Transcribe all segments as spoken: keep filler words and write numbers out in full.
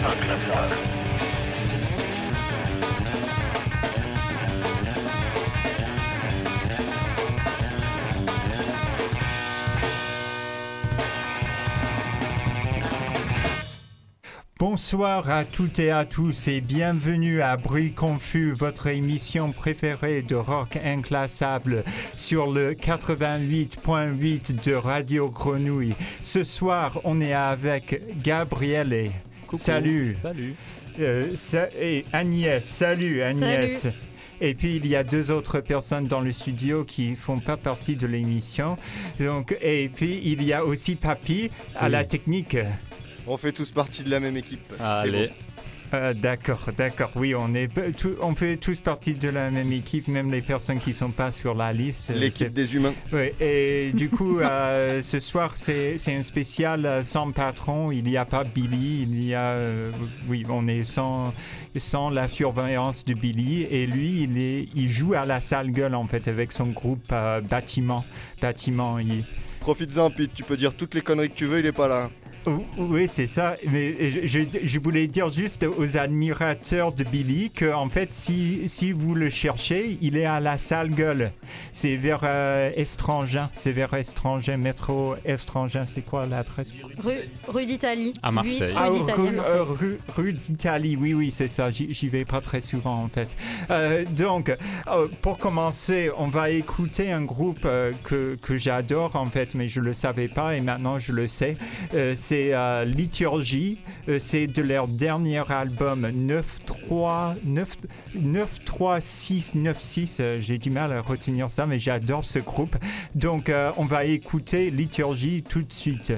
inclassable. Bonsoir à toutes et à tous et bienvenue à Bruit Confus, votre émission préférée de rock inclassable sur le quatre-vingt-huit virgule huit de Radio Grenouille. Ce soir, on est avec Gabriele. Coucou. Salut. Salut. Euh, ça, et Agnès. Salut Agnès. Salut. Et puis il y a deux autres personnes dans le studio qui font pas partie de l'émission. Donc, et puis il y a aussi Papy à Oui. la technique. On fait tous partie de la même équipe. Allez. Euh, d'accord, d'accord. Oui, on est, tout, on fait tous partie de la même équipe, même les personnes qui sont pas sur la liste. C'est l'équipe C'est- des humains. Oui, et du coup, euh, ce soir, c'est, c'est un spécial euh, sans patron. Il n'y a pas Billy. Il y a, euh, oui, on est sans, sans la surveillance de Billy. Et lui, il est, il joue à la sale gueule en fait avec son groupe euh, Bâtiment. Bâtiment. Il... Profites-en, Pete, tu peux dire toutes les conneries que tu veux, il est pas là. Oui, c'est ça. Mais je, je, je voulais dire juste aux admirateurs de Billy que, en fait, si, si vous le cherchez, il est à la sale gueule. C'est vers euh, Estrangin. C'est vers Estrangin, métro Estrangin. C'est quoi l'adresse? Rue, rue d'Italie. À Marseille. huit Ah, rue d'Italie à rue, Marseille. euh, rue, rue d'Italie, oui, oui, c'est ça. J'y, j'y vais pas très souvent, en fait. Euh, donc, euh, pour commencer, on va écouter un groupe euh, que, que j'adore, en fait, mais je le savais pas et maintenant je le sais. Euh, c'est euh, Liturgie. Euh, c'est de leur dernier album neuf trois six neuf six. Euh, j'ai du mal à retenir ça, mais j'adore ce groupe. Donc, euh, on va écouter Liturgie tout de suite.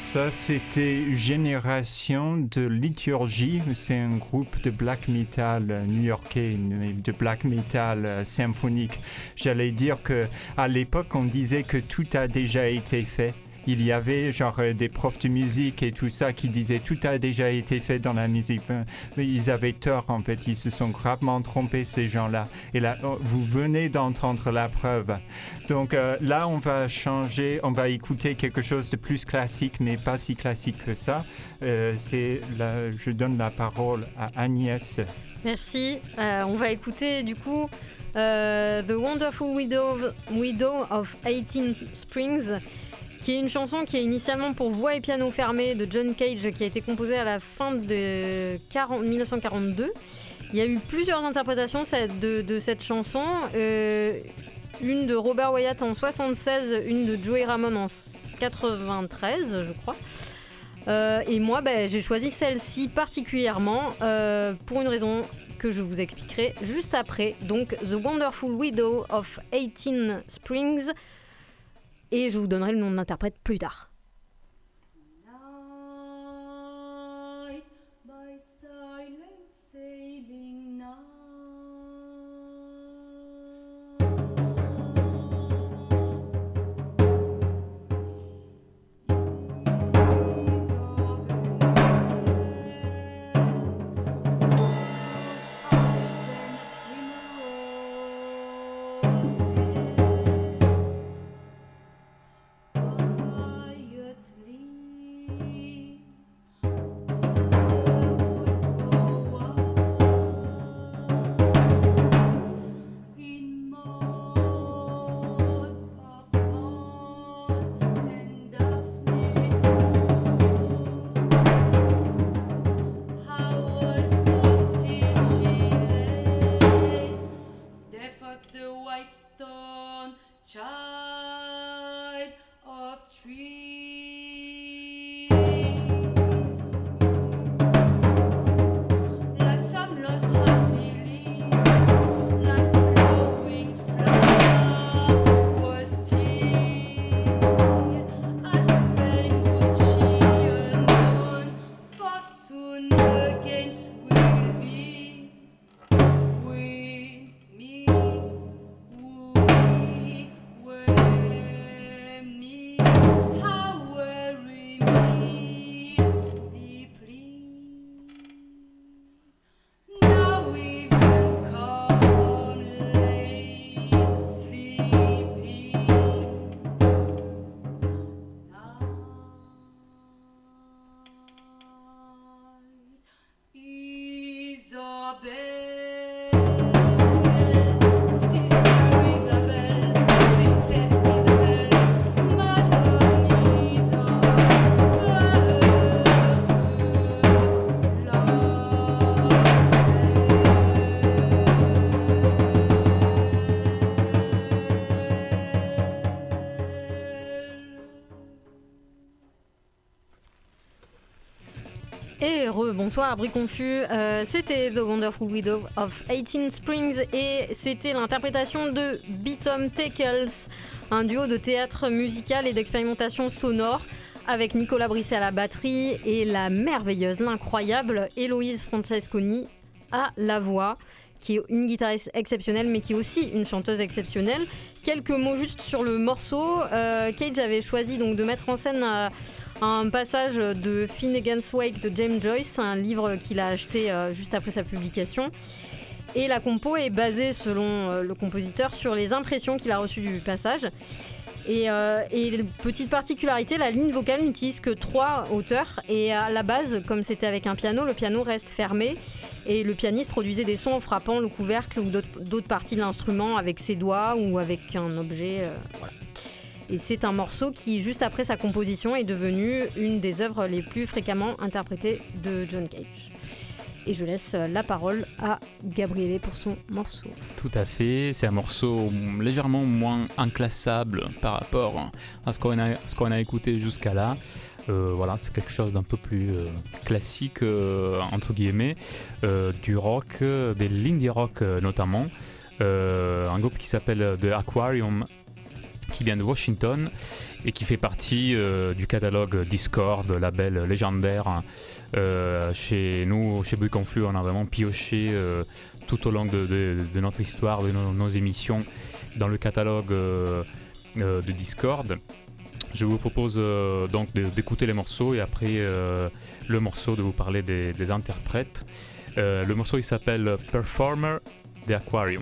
Ça, c'était Génération de Liturgie. C'est un groupe de black metal new-yorkais, de black metal symphonique. J'allais dire qu'à l'époque, on disait que tout a déjà été fait. Il y avait genre des profs de musique et tout ça qui disaient tout a déjà été fait dans la musique. Ils avaient tort en fait, ils se sont gravement trompés ces gens-là. Et là, vous venez d'entendre la preuve. Donc euh, là, on va changer, on va écouter quelque chose de plus classique, mais pas si classique que ça. Euh, c'est la, je donne la parole à Agnès. Merci. Euh, on va écouter du coup euh, The Wonderful Widow, Widow of eighteen Springs, qui est une chanson qui est initialement pour voix et piano fermé de John Cage, qui a été composée à la fin de quarante, dix-neuf cent quarante-deux. Il y a eu plusieurs interprétations de, de cette chanson, euh, une de Robert Wyatt en soixante-seize, une de Joey Ramone en quatre-vingt-treize, je crois. Euh, et moi, bah, j'ai choisi celle-ci particulièrement euh, pour une raison que je vous expliquerai juste après. Donc, The Wonderful Widow of eighteen Springs. Et je vous donnerai le nom de l'interprète plus tard. Et re-bonsoir, Brie Confus, euh, c'était The Wonderful Widow of eighteen Springs et c'était l'interprétation de Beatom Tackles, un duo de théâtre musical et d'expérimentation sonore avec Nicolas Brisset à la batterie et la merveilleuse, l'incroyable Héloïse Francesconi à la voix, qui est une guitariste exceptionnelle mais qui est aussi une chanteuse exceptionnelle. Quelques mots juste sur le morceau. Euh, Cage avait choisi donc de mettre en scène euh, un passage de Finnegan's Wake de James Joyce, un livre qu'il a acheté euh, juste après sa publication. Et la compo est basée, selon euh, le compositeur, sur les impressions qu'il a reçues du passage. Et, euh, et petite particularité, la ligne vocale n'utilise que trois hauteurs. Et à la base, comme c'était avec un piano, le piano reste fermé. Et le pianiste produisait des sons en frappant le couvercle ou d'autres, d'autres parties de l'instrument avec ses doigts ou avec un objet. Euh, voilà. Et c'est un morceau qui, juste après sa composition, est devenu une des œuvres les plus fréquemment interprétées de John Cage. Et je laisse la parole à Gabriele pour son morceau. Tout à fait, c'est un morceau légèrement moins inclassable par rapport à ce qu'on a, ce qu'on a écouté jusqu'à là. Euh, voilà, c'est quelque chose d'un peu plus euh, classique, euh, entre guillemets, euh, du rock, de l'indie rock euh, notamment. Euh, un groupe qui s'appelle The Aquarium qui vient de Washington et qui fait partie euh, du catalogue Discord, label légendaire. Euh, chez nous, chez Bruit Confus, on a vraiment pioché euh, tout au long de, de, de notre histoire, de nos, nos émissions, dans le catalogue euh, euh, de Discord. Je vous propose euh, donc de, d'écouter les morceaux et après euh, le morceau de vous parler des, des interprètes. Euh, le morceau il s'appelle Performer de Aquarium.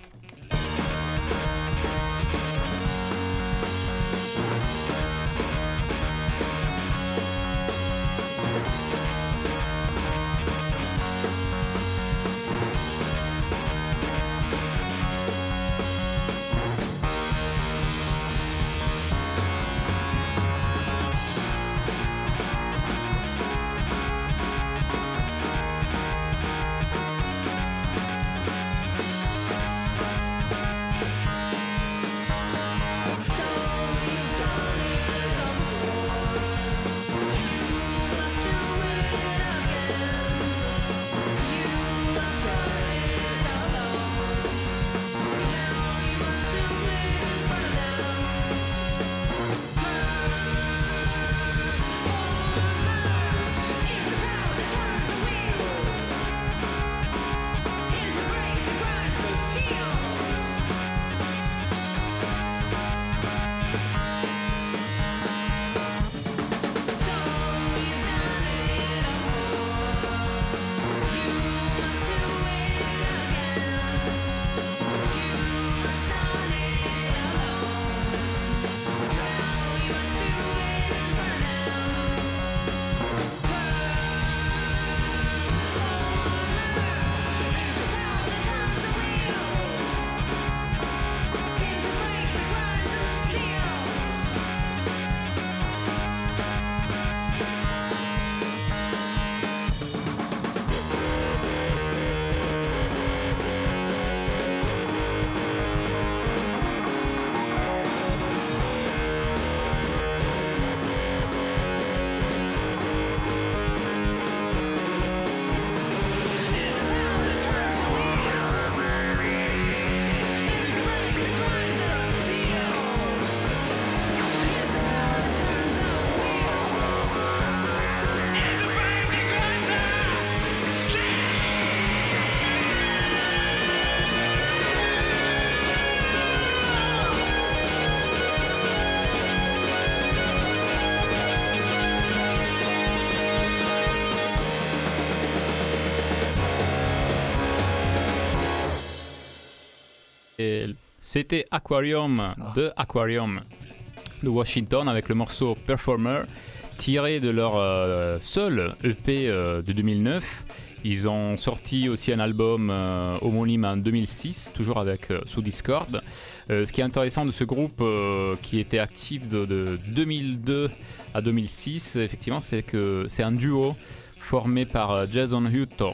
Et c'était Aquarium de Aquarium de Washington avec le morceau Performer tiré de leur euh, seul E P euh, de deux mille neuf. Ils ont sorti aussi un album euh, homonyme en deux mille six, toujours avec euh, sous Discord. Euh, ce qui est intéressant de ce groupe euh, qui était actif de, de deux mille deux à deux mille six, effectivement, c'est que c'est un duo formé par Jason Hutto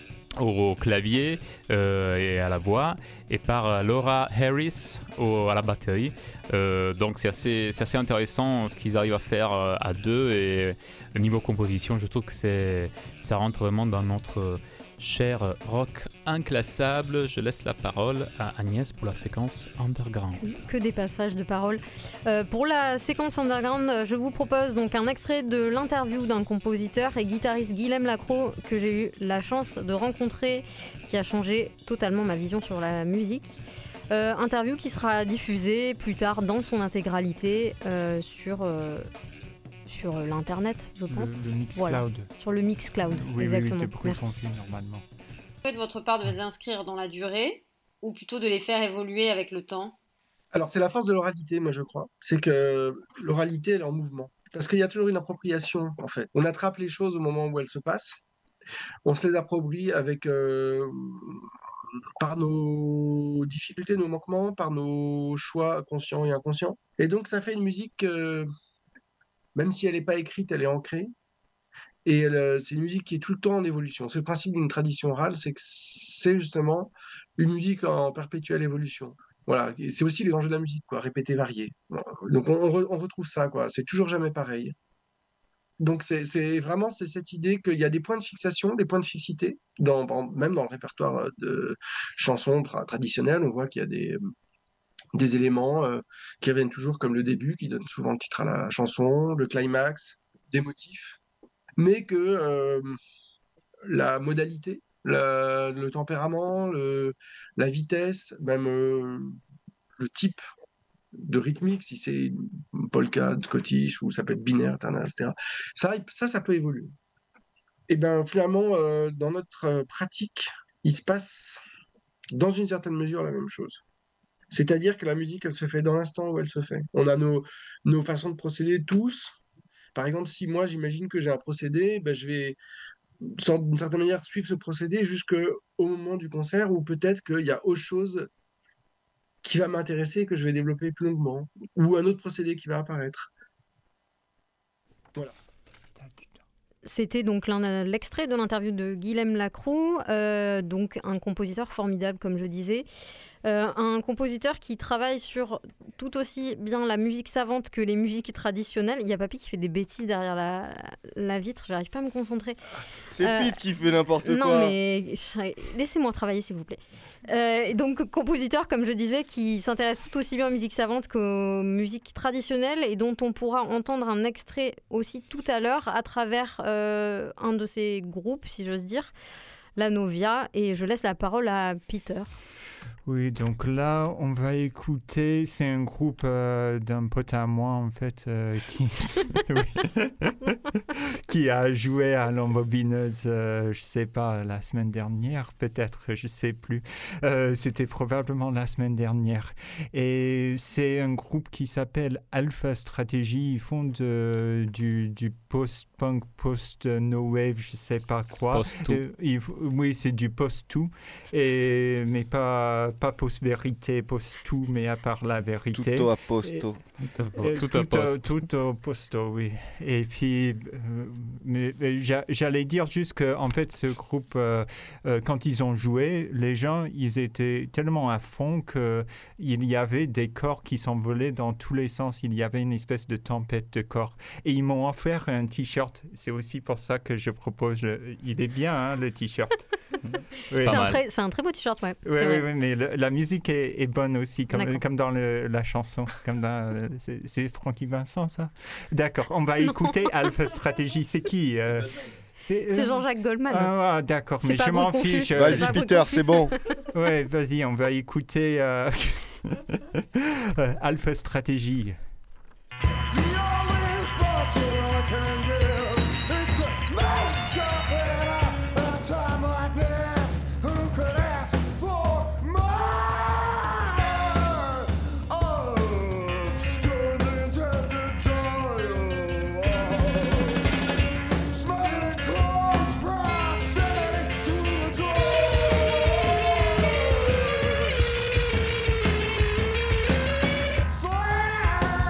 au clavier euh, et à la voix et par Laura Harris au, à la batterie. Euh, donc c'est assez, c'est assez intéressant ce qu'ils arrivent à faire euh, à deux, et au niveau composition je trouve que c'est, ça rentre vraiment dans notre cher rock inclassable. Je laisse la parole à Agnès pour la séquence Underground. Que des passages de paroles. Euh, pour la séquence Underground, je vous propose donc un extrait de l'interview d'un compositeur et guitariste Guilhem Lacroix que j'ai eu la chance de rencontrer, qui a changé totalement ma vision sur la musique. Euh, interview qui sera diffusée plus tard dans son intégralité euh, sur... Euh, sur l'internet, je pense. Le, le Mixcloud. Voilà, sur le Mixcloud, oui, exactement. Oui, oui, Merci. Confus, normalement. De votre part, de les inscrire dans la durée ou plutôt de les faire évoluer avec le temps? Alors, c'est la force de l'oralité, moi, je crois. C'est que l'oralité, elle est en mouvement. Parce qu'il y a toujours une appropriation, en fait. On attrape les choses au moment où elles se passent. On se les approprie avec... Euh, par nos difficultés, nos manquements, par nos choix conscients et inconscients. Et donc, ça fait une musique... Euh, même si elle n'est pas écrite, elle est ancrée. Et elle, c'est une musique qui est tout le temps en évolution. C'est le principe d'une tradition orale, c'est que c'est justement une musique en perpétuelle évolution. Voilà, et c'est aussi les enjeux de la musique, quoi, répéter, varier. Donc on, on, re, on retrouve ça, quoi. C'est toujours jamais pareil. Donc c'est, c'est vraiment c'est cette idée qu'il y a des points de fixation, des points de fixité, dans, même dans le répertoire de chansons tra- traditionnelles, on voit qu'il y a des des éléments euh, qui reviennent toujours comme le début, qui donne souvent le titre à la chanson, le climax, des motifs, mais que euh, la modalité, la- le tempérament, le- la vitesse, même euh, le type de rythmique, si c'est une polka, scottish, ou ça peut être binaire, éternel, et cetera. Ça, ça, ça peut évoluer. Et bien finalement, euh, dans notre euh, pratique, il se passe dans une certaine mesure la même chose. C'est-à-dire que la musique, elle se fait dans l'instant où elle se fait. On a nos, nos façons de procéder tous. Par exemple, si moi j'imagine que j'ai un procédé, ben, je vais sans- d'une certaine manière suivre ce procédé jusqu'au moment du concert où peut-être qu'il y a autre chose qui va m'intéresser et que je vais développer plus longuement, ou un autre procédé qui va apparaître. Voilà. C'était donc l'un- l'extrait de l'interview de Guilhem Lacroux, euh, donc un compositeur formidable, comme je disais. Euh, un compositeur qui travaille sur tout aussi bien la musique savante que les musiques traditionnelles. Il y a Papy qui fait des bêtises derrière la, la vitre, j'arrive pas à me concentrer. C'est Euh, Pete qui fait n'importe non, quoi. Non mais laissez-moi travailler s'il vous plaît. Euh, donc compositeur, comme je disais, qui s'intéresse tout aussi bien aux musiques savantes qu'aux musiques traditionnelles et dont on pourra entendre un extrait aussi tout à l'heure à travers euh, un de ces groupes, si j'ose dire, la Novia. Et je laisse la parole à Peter. Oui, donc là, on va écouter, c'est un groupe euh, d'un pote à moi, en fait, euh, qui... qui a joué à l'embobineuse, euh, je sais pas, la semaine dernière, peut-être, je sais plus. Euh, c'était probablement la semaine dernière. Et c'est un groupe qui s'appelle Alpha Strategy. Ils font de, du, du post-punk, post-no-wave, je sais pas quoi. Post-tout. Euh, ils- oui, c'est du post-tout, et, mais pas... pas post-vérité, post-tout, mais à part la vérité. Tutto a posto. Et- Tout tout, à poste. au- tout au posto, oui. Et puis, euh, mais, mais j'a- j'allais dire juste que, en fait, ce groupe, euh, euh, quand ils ont joué, les gens, ils étaient tellement à fond qu'il y avait des corps qui s'envolaient dans tous les sens. Il y avait une espèce de tempête de corps. Et ils m'ont offert un t-shirt. C'est aussi pour ça que je propose. le- Il est bien, hein, le t-shirt. Oui. C'est Pas un, mal. très, c'est un très beau t-shirt, ouais. Oui, c'est oui, vrai. oui, mais le- la musique est, est bonne aussi, comme, D'accord. comme dans le- la chanson. Comme dans, euh, c'est, c'est Francky Vincent, ça? D'accord, on va Non. écouter Alpha Strategy. C'est qui euh, C'est, euh, C'est Jean-Jacques Goldman. Ah, ah, d'accord, C'est mais pas je m'en bruit confus. fiche. euh, Vas-y, bah, Peter, c'est bon. Ouais, vas-y, on va écouter euh, euh, Alpha Strategy. Slam!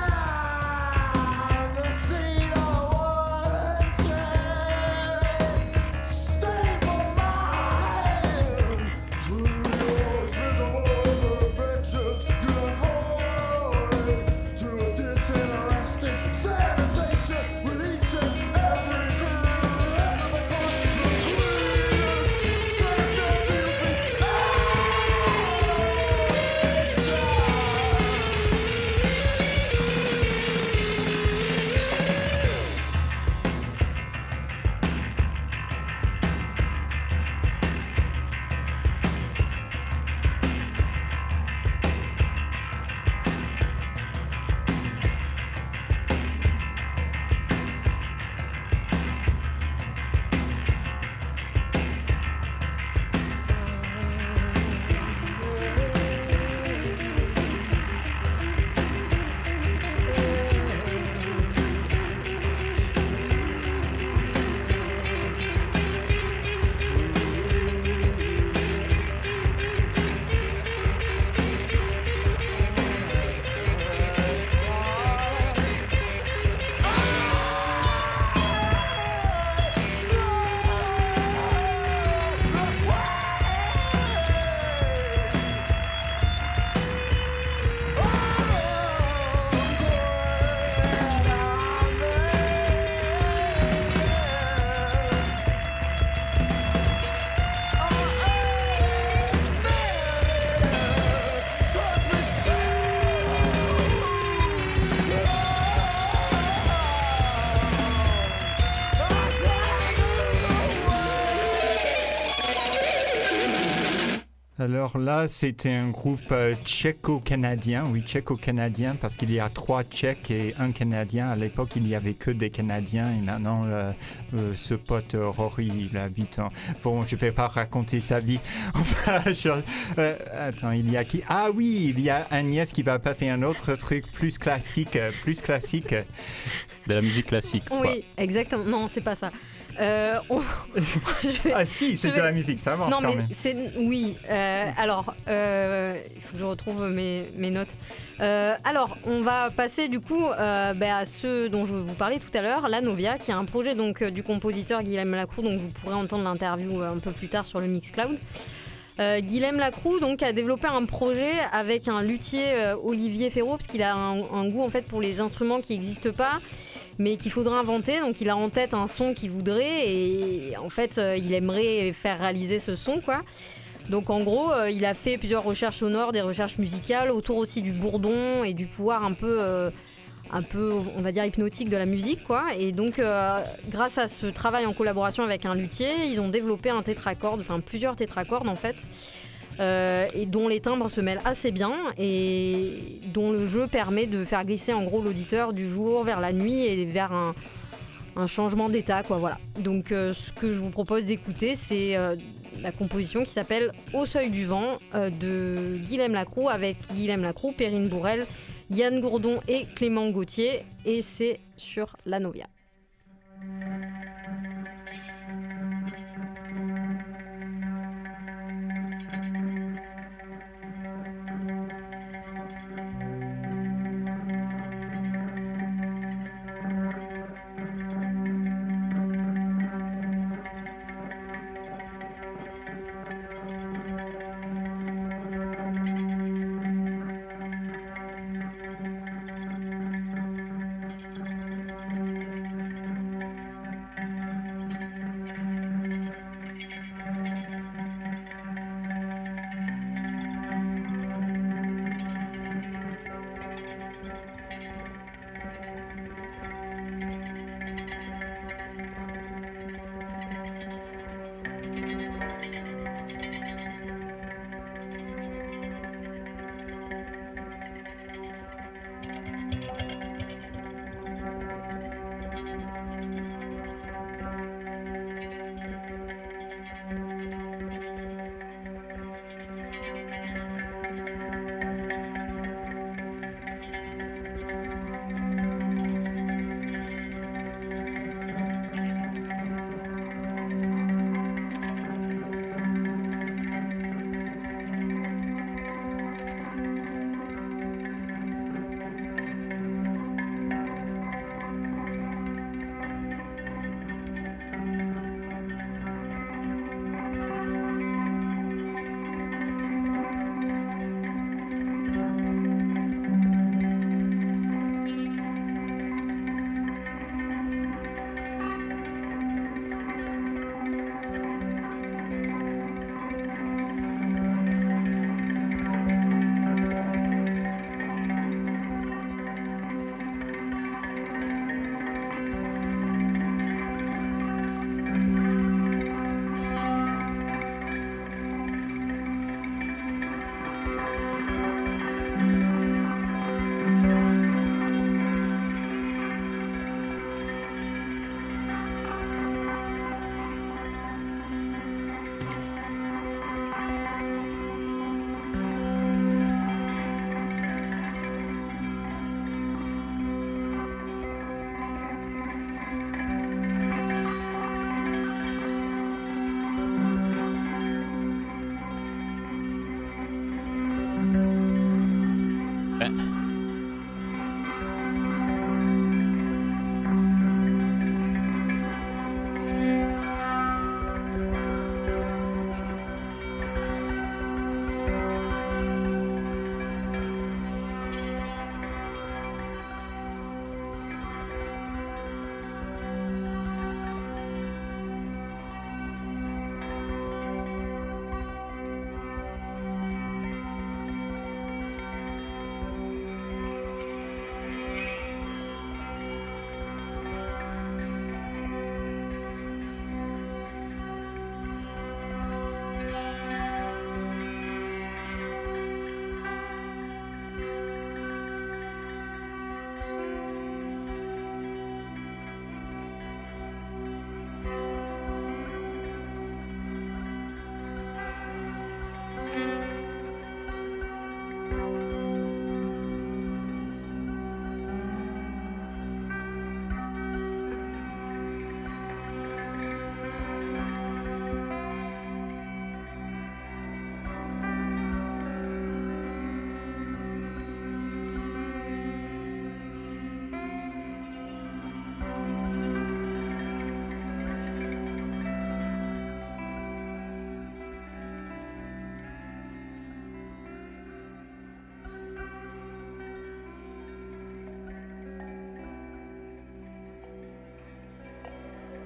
Alors là, c'était un groupe euh, tchéco-canadien, oui, tchéco-canadien, parce qu'il y a trois Tchèques et un Canadien. À l'époque, il n'y avait que des Canadiens, et maintenant, euh, euh, ce pote euh, Rory, il habite en... Bon, je ne vais pas raconter sa vie. Enfin, je... euh, attends, il y a qui? Ah oui, il y a Agnès qui va passer un autre truc plus classique, euh, plus classique. De la musique classique. Oui, quoi. exactement. Non, c'est pas ça. Euh, on- je vais- Ah si, c'est je de vais- la musique, ça marche Non, quand mais même. c'est. Oui. euh, alors, euh, il faut que je retrouve mes, mes notes. Euh, alors, on va passer du coup euh, bah, à ceux dont je vous parlais tout à l'heure, la Novia, qui est un projet donc, euh, du compositeur Guilhem Lacroux, donc vous pourrez entendre l'interview euh, un peu plus tard sur le Mixcloud. Euh, Guilhem Lacroux donc, a développé un projet avec un luthier euh, Olivier Ferraud, parce qu'il a un, un goût en fait, pour les instruments qui n'existent pas, mais qu'il faudrait inventer. Donc il a en tête un son qu'il voudrait et en fait euh, il aimerait faire réaliser ce son quoi. Donc en gros euh, il a fait plusieurs recherches sonores, des recherches musicales autour aussi du bourdon et du pouvoir un peu, euh, un peu on va dire hypnotique de la musique quoi. Et donc euh, grâce à ce travail en collaboration avec un luthier, ils ont développé un tétracorde, enfin plusieurs tétracordes en fait. Euh, et dont les timbres se mêlent assez bien et dont le jeu permet de faire glisser en gros l'auditeur du jour vers la nuit et vers un, un changement d'état quoi, voilà. Donc euh, ce que je vous propose d'écouter c'est euh, la composition qui s'appelle Au seuil du vent euh, de Guilhem Lacroux avec Guilhem Lacroux, Perrine Bourrel, Yann Gourdon et Clément Gauthier et c'est sur la Novia.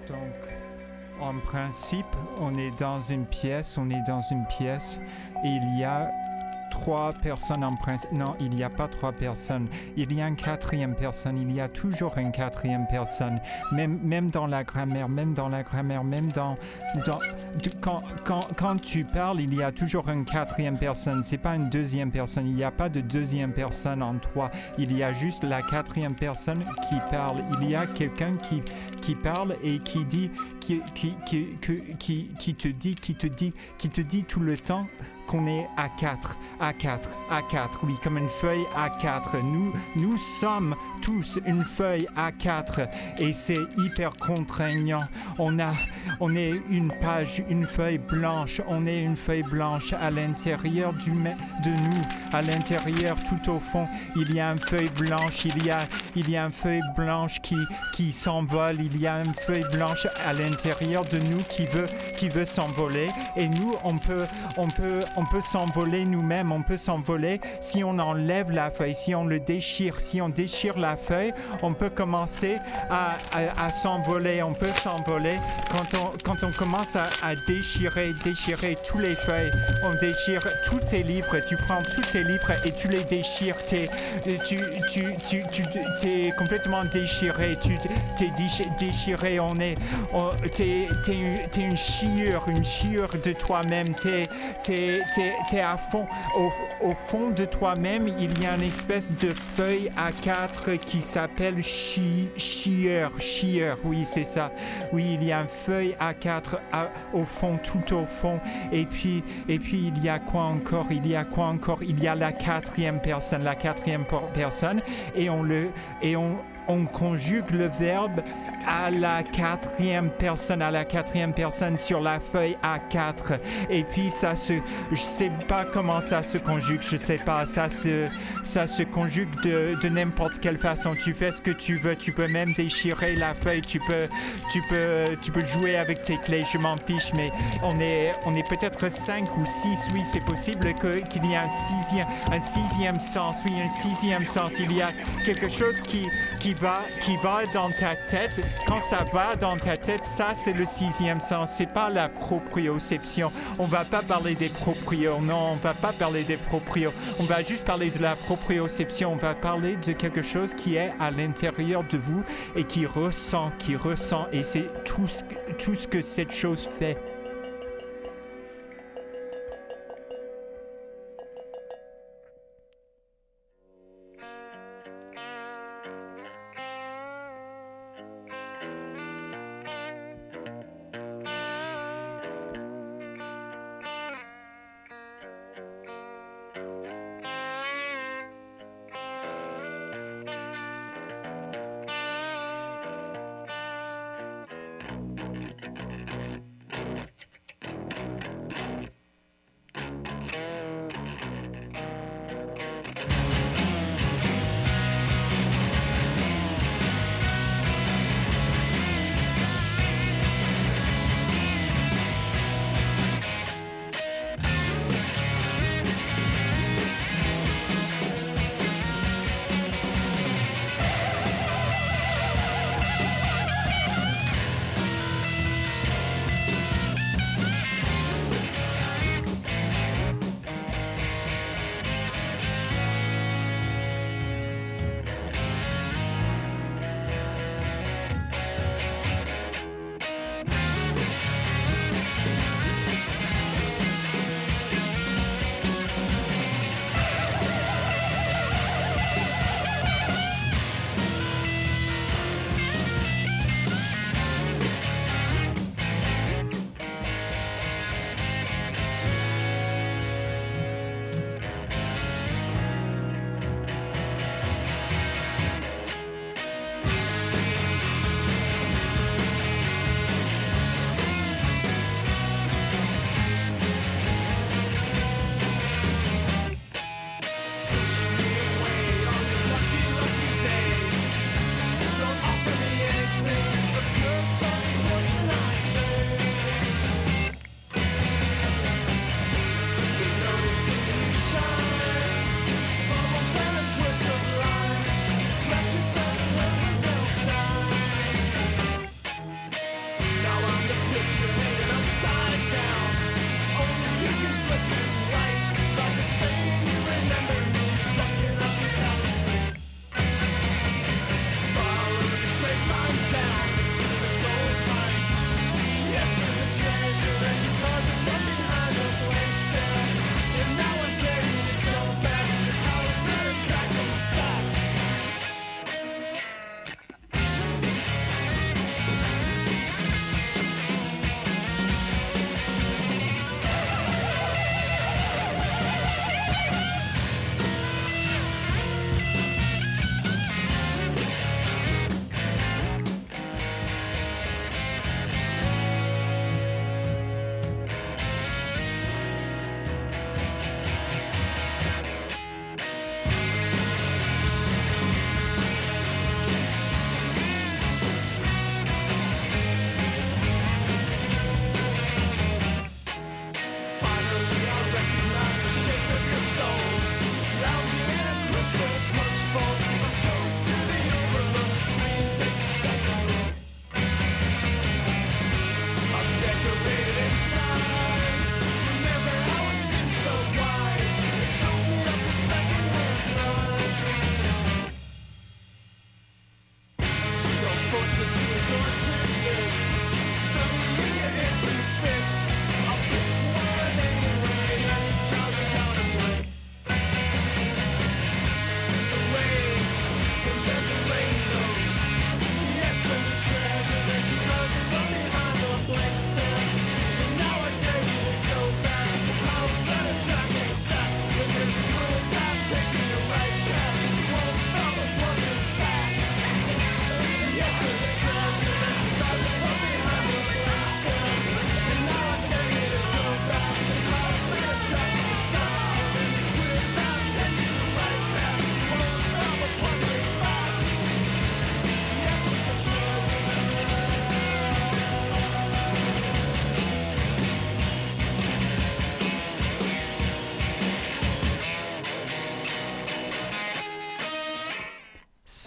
Donc, en principe, on est dans une pièce, on est dans une pièce, et il y a trois personnes en principe. Non, il n'y a pas trois personnes. Il y a une quatrième personne. Il y a toujours une quatrième personne. Même, même dans la grammaire, même dans la grammaire, même dans... dans de, quand, quand, quand tu parles, il y a toujours une quatrième personne. C'est pas une deuxième personne. Il n'y a pas de deuxième personne en toi. Il y a juste la quatrième personne qui parle. Il y a quelqu'un qui, qui parle et qui dit... Qui, qui, qui, qui, qui, qui te dit, qui te dit, qui te dit tout le temps qu'on est à quatre, à quatre, à quatre, oui, comme une feuille A quatre. Nous, nous sommes tous une feuille A quatre et c'est hyper contraignant. On a, on est une page, une feuille blanche, on est une feuille blanche à l'intérieur du, de nous, à l'intérieur, tout au fond, il y a une feuille blanche, il y a, il y a une feuille blanche qui, qui s'envole, il y a une feuille blanche à l'intérieur de nous qui veut, qui veut s'envoler et nous, on peut, on peut, on peut s'envoler nous-mêmes, on peut s'envoler si on enlève la feuille, si on le déchire, si on déchire la feuille, on peut commencer à, à, à s'envoler, on peut s'envoler quand on, quand on commence à, à déchirer, déchirer tous les feuilles, on déchire tous tes livres, tu prends tous tes livres et tu les déchires, t'es, tu, tu, tu, tu, t'es complètement déchiré, tu t'es déchiré, on est, on, t'es, t'es, t'es une chiure, une chiure de toi-même, t'es, t'es, t'es, t'es à fond, au, au fond de toi-même, il y a une espèce de feuille A quatre qui s'appelle chi, chieur, chieur, oui c'est ça, oui il y a une feuille A quatre à, au fond, tout au fond, et puis, et puis il y a quoi encore, il y a quoi encore, il y a la quatrième personne, la quatrième personne, et on le, et on, on conjugue le verbe à la quatrième personne, à la quatrième personne sur la feuille A quatre. Et puis ça se, je sais pas comment ça se conjugue, je sais pas, ça se, ça se conjugue de, de n'importe quelle façon. Tu fais ce que tu veux, tu peux même déchirer la feuille, tu peux, tu peux, tu peux jouer avec tes clés, je m'en fiche, mais on est, on est peut-être cinq ou six, oui, c'est possible que, qu'il y ait un sixième, un sixième sens, oui, un sixième sens. Il y a quelque chose qui, qui va, qui va dans ta tête. Quand ça va dans ta tête, ça c'est le sixième sens, c'est pas la proprioception. On va pas parler des proprios, non, on va pas parler des proprios. On va juste parler de la proprioception, on va parler de quelque chose qui est à l'intérieur de vous et qui ressent, qui ressent, et c'est tout ce, tout ce que cette chose fait.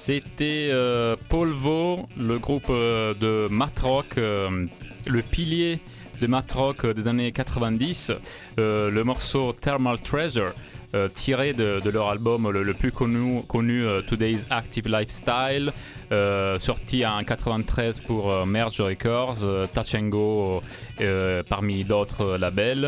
C'était euh, Polvo, le groupe euh, de math rock, euh, le pilier de math rock des années quatre-vingt-dix, euh, le morceau Thermal Treasure, euh, tiré de, de leur album le, le plus connu, connu euh, Today's Active Lifestyle, euh, sorti en quatre-vingt-treize pour euh, Merge Records, euh, Touch and Go euh, parmi d'autres labels.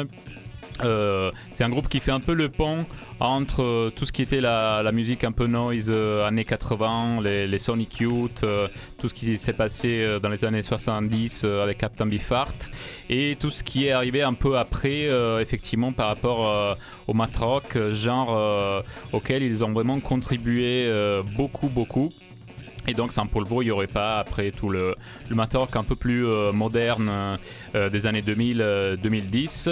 Euh, c'est un groupe qui fait un peu le pont entre euh, tout ce qui était la, la musique un peu noise euh, années quatre-vingts, les, les Sonic Youth, euh, tout ce qui s'est passé euh, dans les années soixante-dix euh, avec Captain Beefheart, et tout ce qui est arrivé un peu après, euh, effectivement, par rapport euh, au math rock, genre euh, auquel ils ont vraiment contribué euh, beaucoup, beaucoup. Et donc sans Polvo, il n'y aurait pas, après tout le, le math rock un peu plus euh, moderne euh, des années deux mille deux mille dix.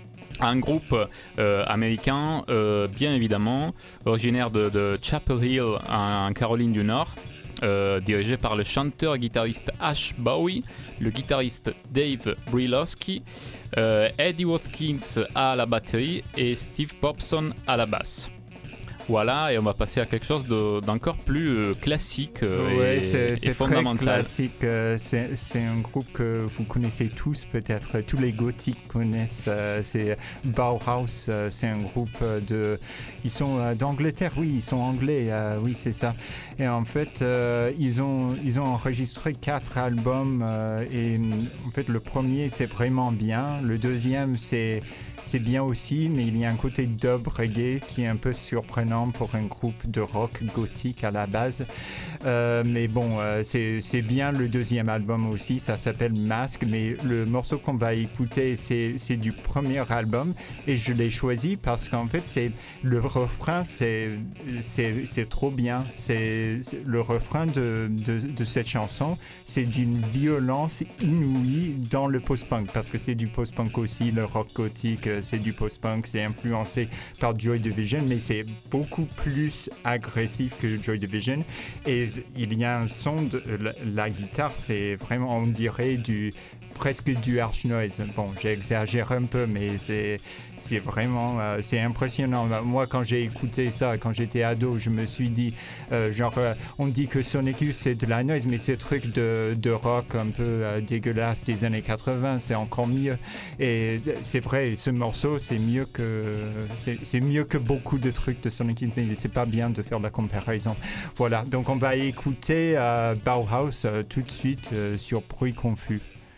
Un groupe euh, américain, euh, bien évidemment, originaire de, de Chapel Hill en, en Caroline du Nord, euh, dirigé par le chanteur et guitariste Ash Bowie, le guitariste Dave Brylowski, euh, Eddie Watkins à la batterie et Steve Popson à la basse. Voilà, et on va passer à quelque chose de, d'encore plus euh, classique euh, ouais, et, c'est, c'est et fondamental. Très classique. Euh, c'est, c'est un groupe que vous connaissez tous, peut-être. Tous les gothiques connaissent. Euh, c'est Bauhaus. Euh, c'est un groupe de. Ils sont euh, d'Angleterre. Oui, ils sont anglais. Euh, oui, c'est ça. Et en fait, euh, ils ont ils ont enregistré quatre albums. Euh, et en fait, le premier, c'est vraiment bien. Le deuxième, c'est C'est bien aussi, mais il y a un côté dub reggae qui est un peu surprenant pour un groupe de rock gothique à la base. Euh, mais bon, euh, c'est, c'est bien le deuxième album aussi, ça s'appelle Mask, mais le morceau qu'on va écouter, c'est, c'est du premier album, et je l'ai choisi parce qu'en fait, c'est, le refrain, c'est, c'est, c'est trop bien. C'est, c'est, le refrain de, de, de cette chanson, c'est d'une violence inouïe dans le post-punk, parce que c'est du post-punk aussi, le rock gothique, c'est du post-punk, c'est influencé par Joy Division, mais c'est beaucoup plus agressif que Joy Division. Et il y a un son de la, la guitare, c'est vraiment, on dirait du presque du harsh noise. Bon, j'exagère un peu, mais c'est, c'est vraiment euh, c'est impressionnant. Moi, quand j'ai écouté ça, quand j'étais ado, je me suis dit, euh, genre, euh, on dit que Sonic Youth, c'est de la noise, mais ce truc de, de rock un peu euh, dégueulasse des années quatre-vingts, c'est encore mieux. Et c'est vrai, ce morceau, c'est mieux que, c'est, c'est mieux que beaucoup de trucs de Sonic Youth, mais c'est pas bien de faire la comparaison. Voilà, donc on va écouter euh, Bauhaus euh, tout de suite euh, sur Bruit Confus.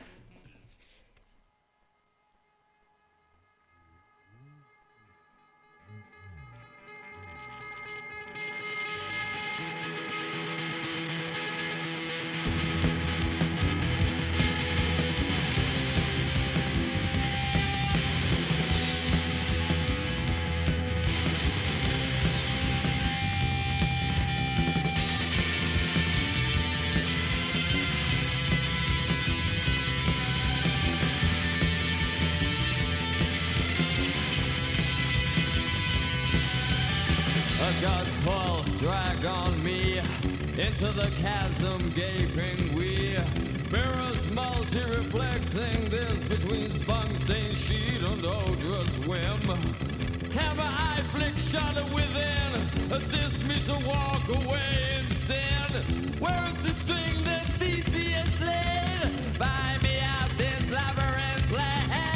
Into the chasm gaping we mirrors multi-reflecting this between spunk-stained sheet and odorous whim. Camera eye flick shudder within, assist me to walk away in sin. Where is the string that Theseus laid? Find me out this labyrinth place.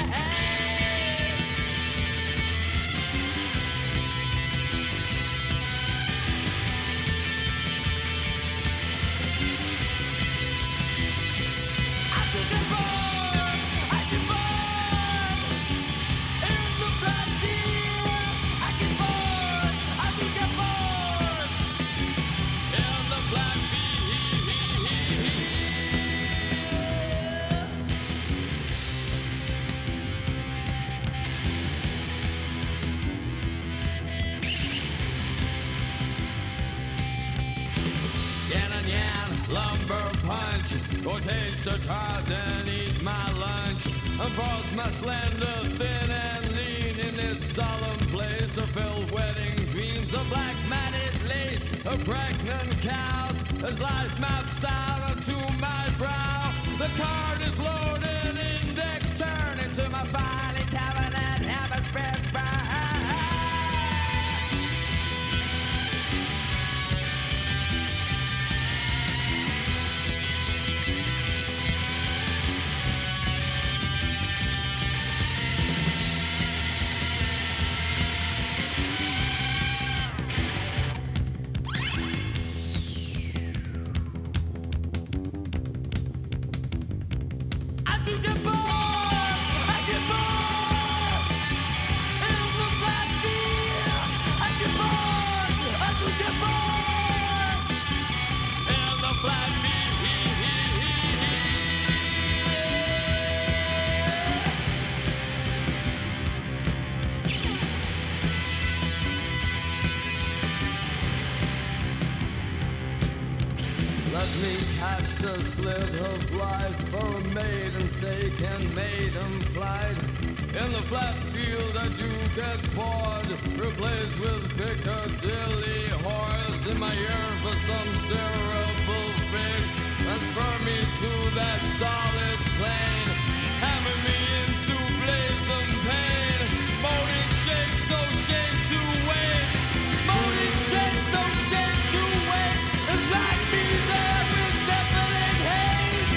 Go taste a tart and eat my lunch, and force my slender, thin and lean in this solemn place of filled wedding dreams of black matted lace, of pregnant cows, as life maps out onto my brow. The card is loaded, index turning to my filing cabinet, habit spreads by. a slit of life for a maiden's sake and maiden flight. In the flat field I do get bored, replaced with Piccadilly horse. In my yearn for some cerebral fix, transfer me to that solid plane, hammer me into blazing pain. Moaning shakes, no shame to waste. Moaning shakes, no shame to waste. And drag me there with deafening haste.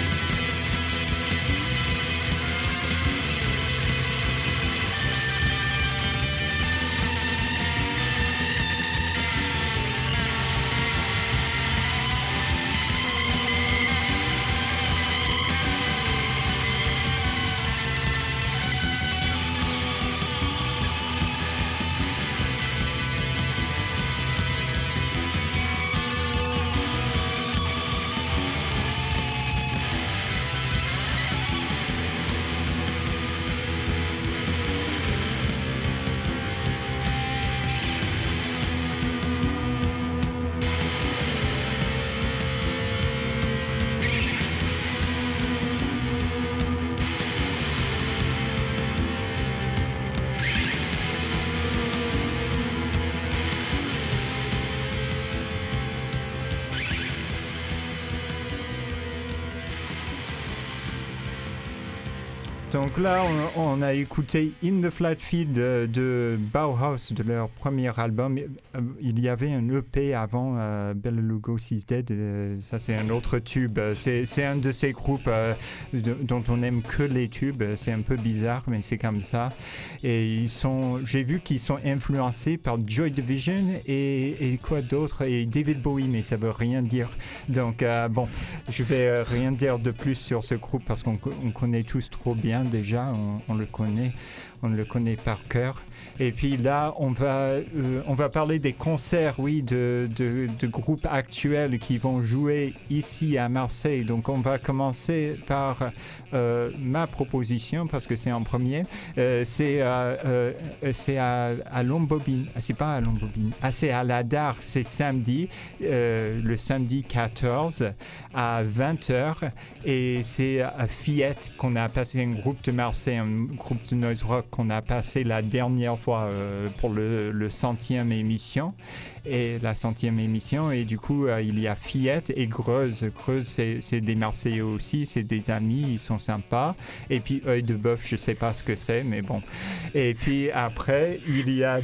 Donc là, on, on a écouté In the Flat Field de, de Bauhaus, de leur premier album. Euh, il y avait un E P avant, euh, Bela Lugosi's Dead. Euh, ça, c'est un autre tube. C'est, c'est un de ces groupes euh, de, dont on n'aime que les tubes. C'est un peu bizarre, mais c'est comme ça. Et ils sont, j'ai vu qu'ils sont influencés par Joy Division et, et quoi d'autre, et David Bowie, mais ça veut rien dire. Donc, euh, bon, je vais euh, rien dire de plus sur ce groupe parce qu'on on connaît tous trop bien. Déjà, on, on le connaît, on le connaît par cœur. Et puis là, on va, euh, on va parler des concerts, oui, de, de, de groupes actuels qui vont jouer ici à Marseille. Donc, on va commencer par euh, ma proposition parce que c'est en premier. Euh, c'est euh, euh, c'est à, à Lombobine. Ah, c'est pas à Lombobine. Ah, c'est à la Dare. C'est samedi, euh, le samedi quatorze à vingt heures. Et c'est à Fillette qu'on a passé, un groupe de Marseille, un groupe de noise rock qu'on a passé la dernière fois euh, pour le, le centième émission et la centième émission et du coup euh, il y a Fillette et Greuze. Greuze c'est, c'est des Marseillais aussi, c'est des amis, ils sont sympas. Et puis Œil de Bœuf, je sais pas ce que c'est, mais bon. Et puis après il y a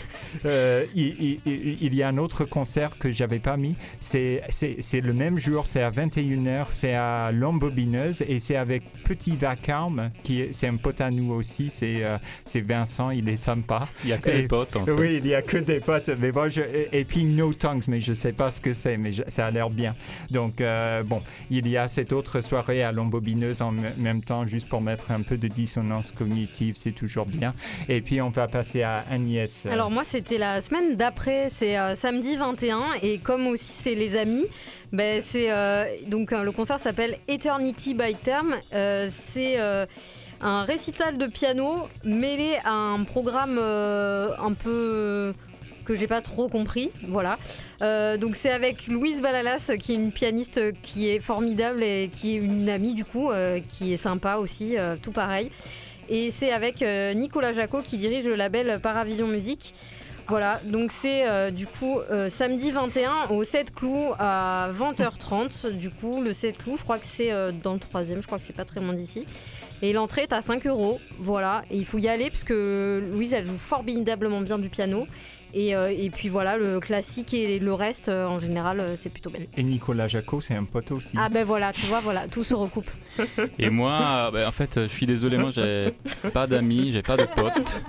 Euh, il, il, il y a un autre concert que j'avais pas mis, c'est, c'est, c'est le même jour, c'est à vingt et une heures, c'est à L'Embobineuse et c'est avec Petit Vacarme, qui est, c'est un pote à nous aussi, c'est, euh, c'est Vincent, il est sympa. Il n'y a que et, des potes en fait. Oui, il n'y a que des potes, mais bon, je, et, et puis No Tongues, mais je sais pas ce que c'est, mais je, ça a l'air bien. Donc euh, bon, il y a cette autre soirée à L'Embobineuse en m- même temps, juste pour mettre un peu de dissonance cognitive, c'est toujours bien. Et puis on va passer à Agnès. Alors moi, c'est C'était la semaine d'après, c'est euh, samedi vingt et un, et comme aussi c'est les amis, ben c'est euh, donc euh, le concert s'appelle Eternity by Term. Euh, c'est euh, un récital de piano mêlé à un programme euh, un peu que j'ai pas trop compris, voilà. Euh, donc c'est avec Louise Balalas, qui est une pianiste qui est formidable et qui est une amie du coup, euh, qui est sympa aussi, euh, tout pareil. Et c'est avec euh, Nicolas Jacot qui dirige le label Paravision Musique. Voilà, donc c'est euh, du coup euh, samedi vingt et un au sept Clous à vingt heures trente. Du coup, le sept Clous, je crois que c'est euh, dans le troisième, je crois que c'est pas très loin d'ici. Et l'entrée est à cinq euros. Voilà, et il faut y aller parce que Louise, elle joue formidablement bien du piano. Et, euh, et puis voilà, le classique et le reste, euh, en général, euh, c'est plutôt bien. Et Nicolas Jacot, c'est un pote aussi. Ah ben voilà, tu vois, voilà, tout se recoupe. Et moi, ben, en fait, je suis désolé, moi, j'ai pas d'amis, j'ai pas de potes.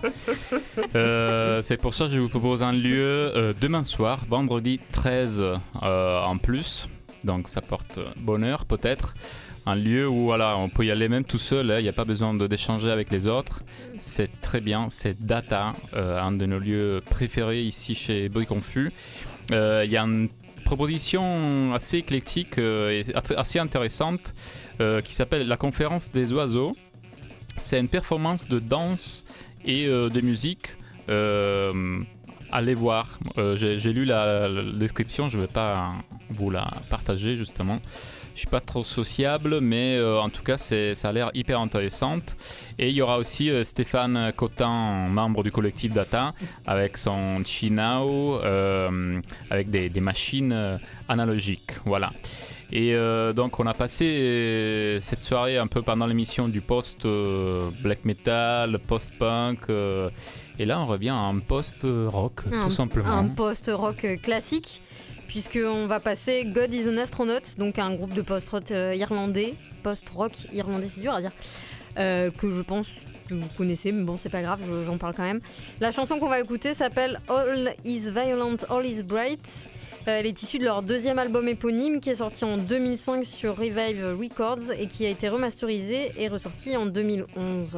Euh, c'est pour ça que je vous propose un lieu euh, demain soir, vendredi treize euh, en plus. Donc ça porte bonheur, peut-être. Un lieu où voilà, on peut y aller même tout seul, il hein, n'y a pas besoin de, d'échanger avec les autres. C'est très bien, c'est Data, euh, un de nos lieux préférés ici chez Bruit Confus. Il euh, y a une proposition assez éclectique euh, et assez intéressante euh, qui s'appelle la conférence des oiseaux. C'est une performance de danse et euh, de musique. Euh, allez voir, euh, j'ai, j'ai lu la, la description, je ne vais pas vous la partager justement. Je suis pas trop sociable, mais euh, en tout cas, c'est, ça a l'air hyper intéressante. Et il y aura aussi euh, Stéphane Cotin, membre du collectif Data, avec son Chinao, euh, avec des, des machines euh, analogiques. Voilà. Et euh, donc on a passé euh, cette soirée un peu pendant l'émission du post euh, black metal, post-punk, euh, et là on revient à un post-rock Un- tout simplement. Un post-rock euh, classique, puisqu'on va passer God is an Astronaut, donc un groupe de post-rock euh, irlandais, post-rock irlandais, c'est dur à dire, euh, que je pense que vous connaissez, mais bon, c'est pas grave, je- j'en parle quand même. La chanson qu'on va écouter s'appelle All is Violent, All is Bright. Euh, Elle est issue de leur deuxième album éponyme qui est sorti en deux mille cinq sur Revive Records et qui a été remasterisé et ressorti en deux mille onze.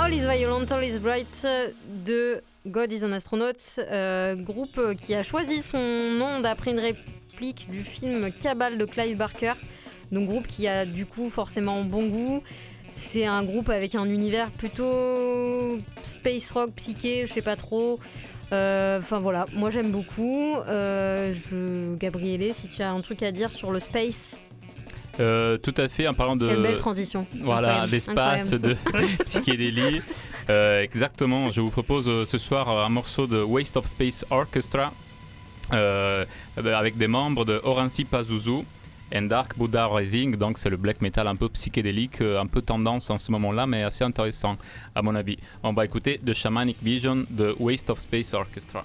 All is Violent, All is Bright de God is an Astronaut, euh, groupe qui a choisi son nom d'après une réplique du film Cabal de Clive Barker. Donc groupe qui a du coup forcément bon goût. C'est un groupe avec un univers plutôt space rock, psyché, je sais pas trop. Enfin euh, voilà, moi j'aime beaucoup. Euh, je... Gabriele, si tu as un truc à dire sur le space. Euh, tout à fait, en parlant de... Quelle belle transition. Voilà, Incroyable. d'espace, Incroyable. de psychédélie. Euh, exactement, je vous propose euh, ce soir un morceau de Waste of Space Orchestra euh, avec des membres de Orancy Pazuzu et Dark Buddha Rising. Donc c'est le black metal un peu psychédélique, euh, un peu tendance en ce moment-là, mais assez intéressant à mon avis. On va écouter The Shamanic Vision de Waste of Space Orchestra.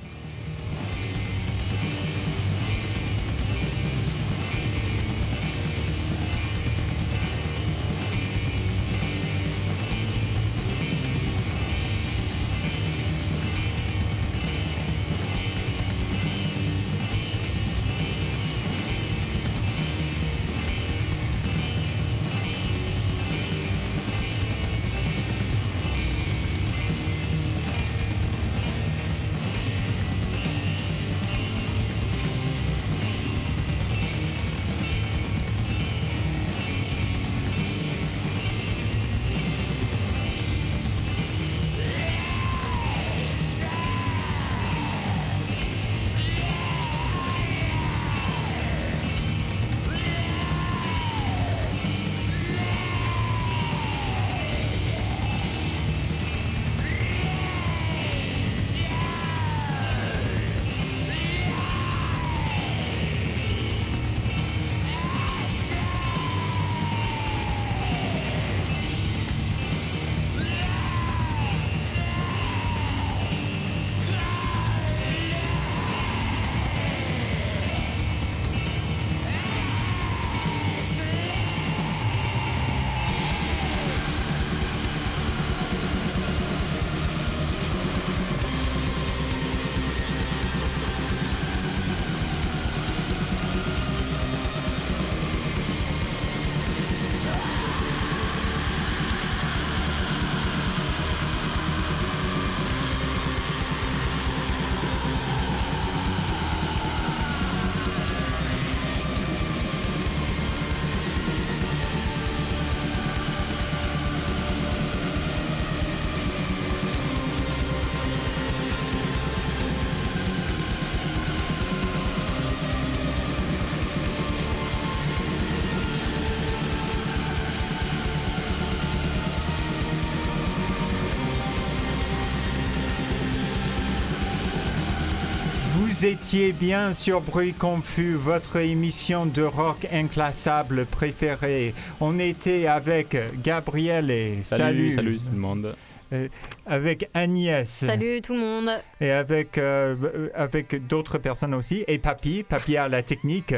Vous étiez bien sur Bruit Confus, votre émission de rock inclassable préférée. On était avec Gabriele. Salut, Salut, salut tout le monde. Euh, avec Agnès. Salut tout le monde. Et avec, euh, avec d'autres personnes aussi. Et Papy, Papy à la technique.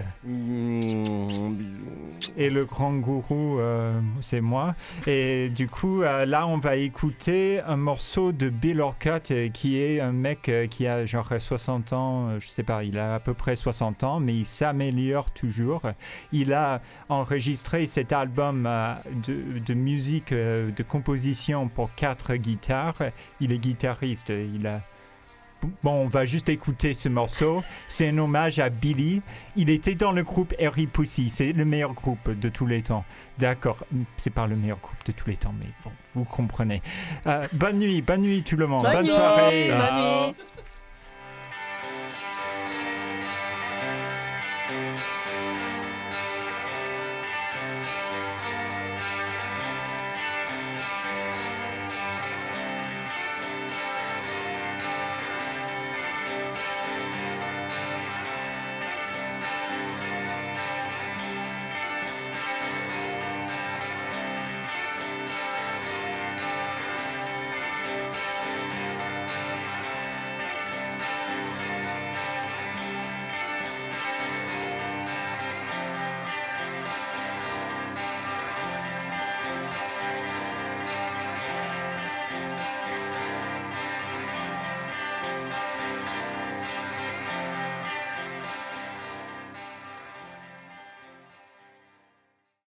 Mmh, Et le grand gourou, euh, c'est moi. Et du coup, euh, là, on va écouter un morceau de Bill Orcutt, euh, qui est un mec euh, qui a genre soixante ans, euh, je sais pas, il a à peu près soixante ans, mais il s'améliore toujours. Il a enregistré cet album euh, de, de musique, euh, de composition pour quatre guitares. Il est guitariste, il a... Bon, on va juste écouter ce morceau. C'est un hommage à Billy. Il était dans le groupe Harry Pussy. C'est le meilleur groupe de tous les temps. D'accord, c'est pas le meilleur groupe de tous les temps, mais bon, vous comprenez. Euh, bonne nuit, bonne nuit tout le monde. Bonne Bonne nuit, soirée. bonne nuit.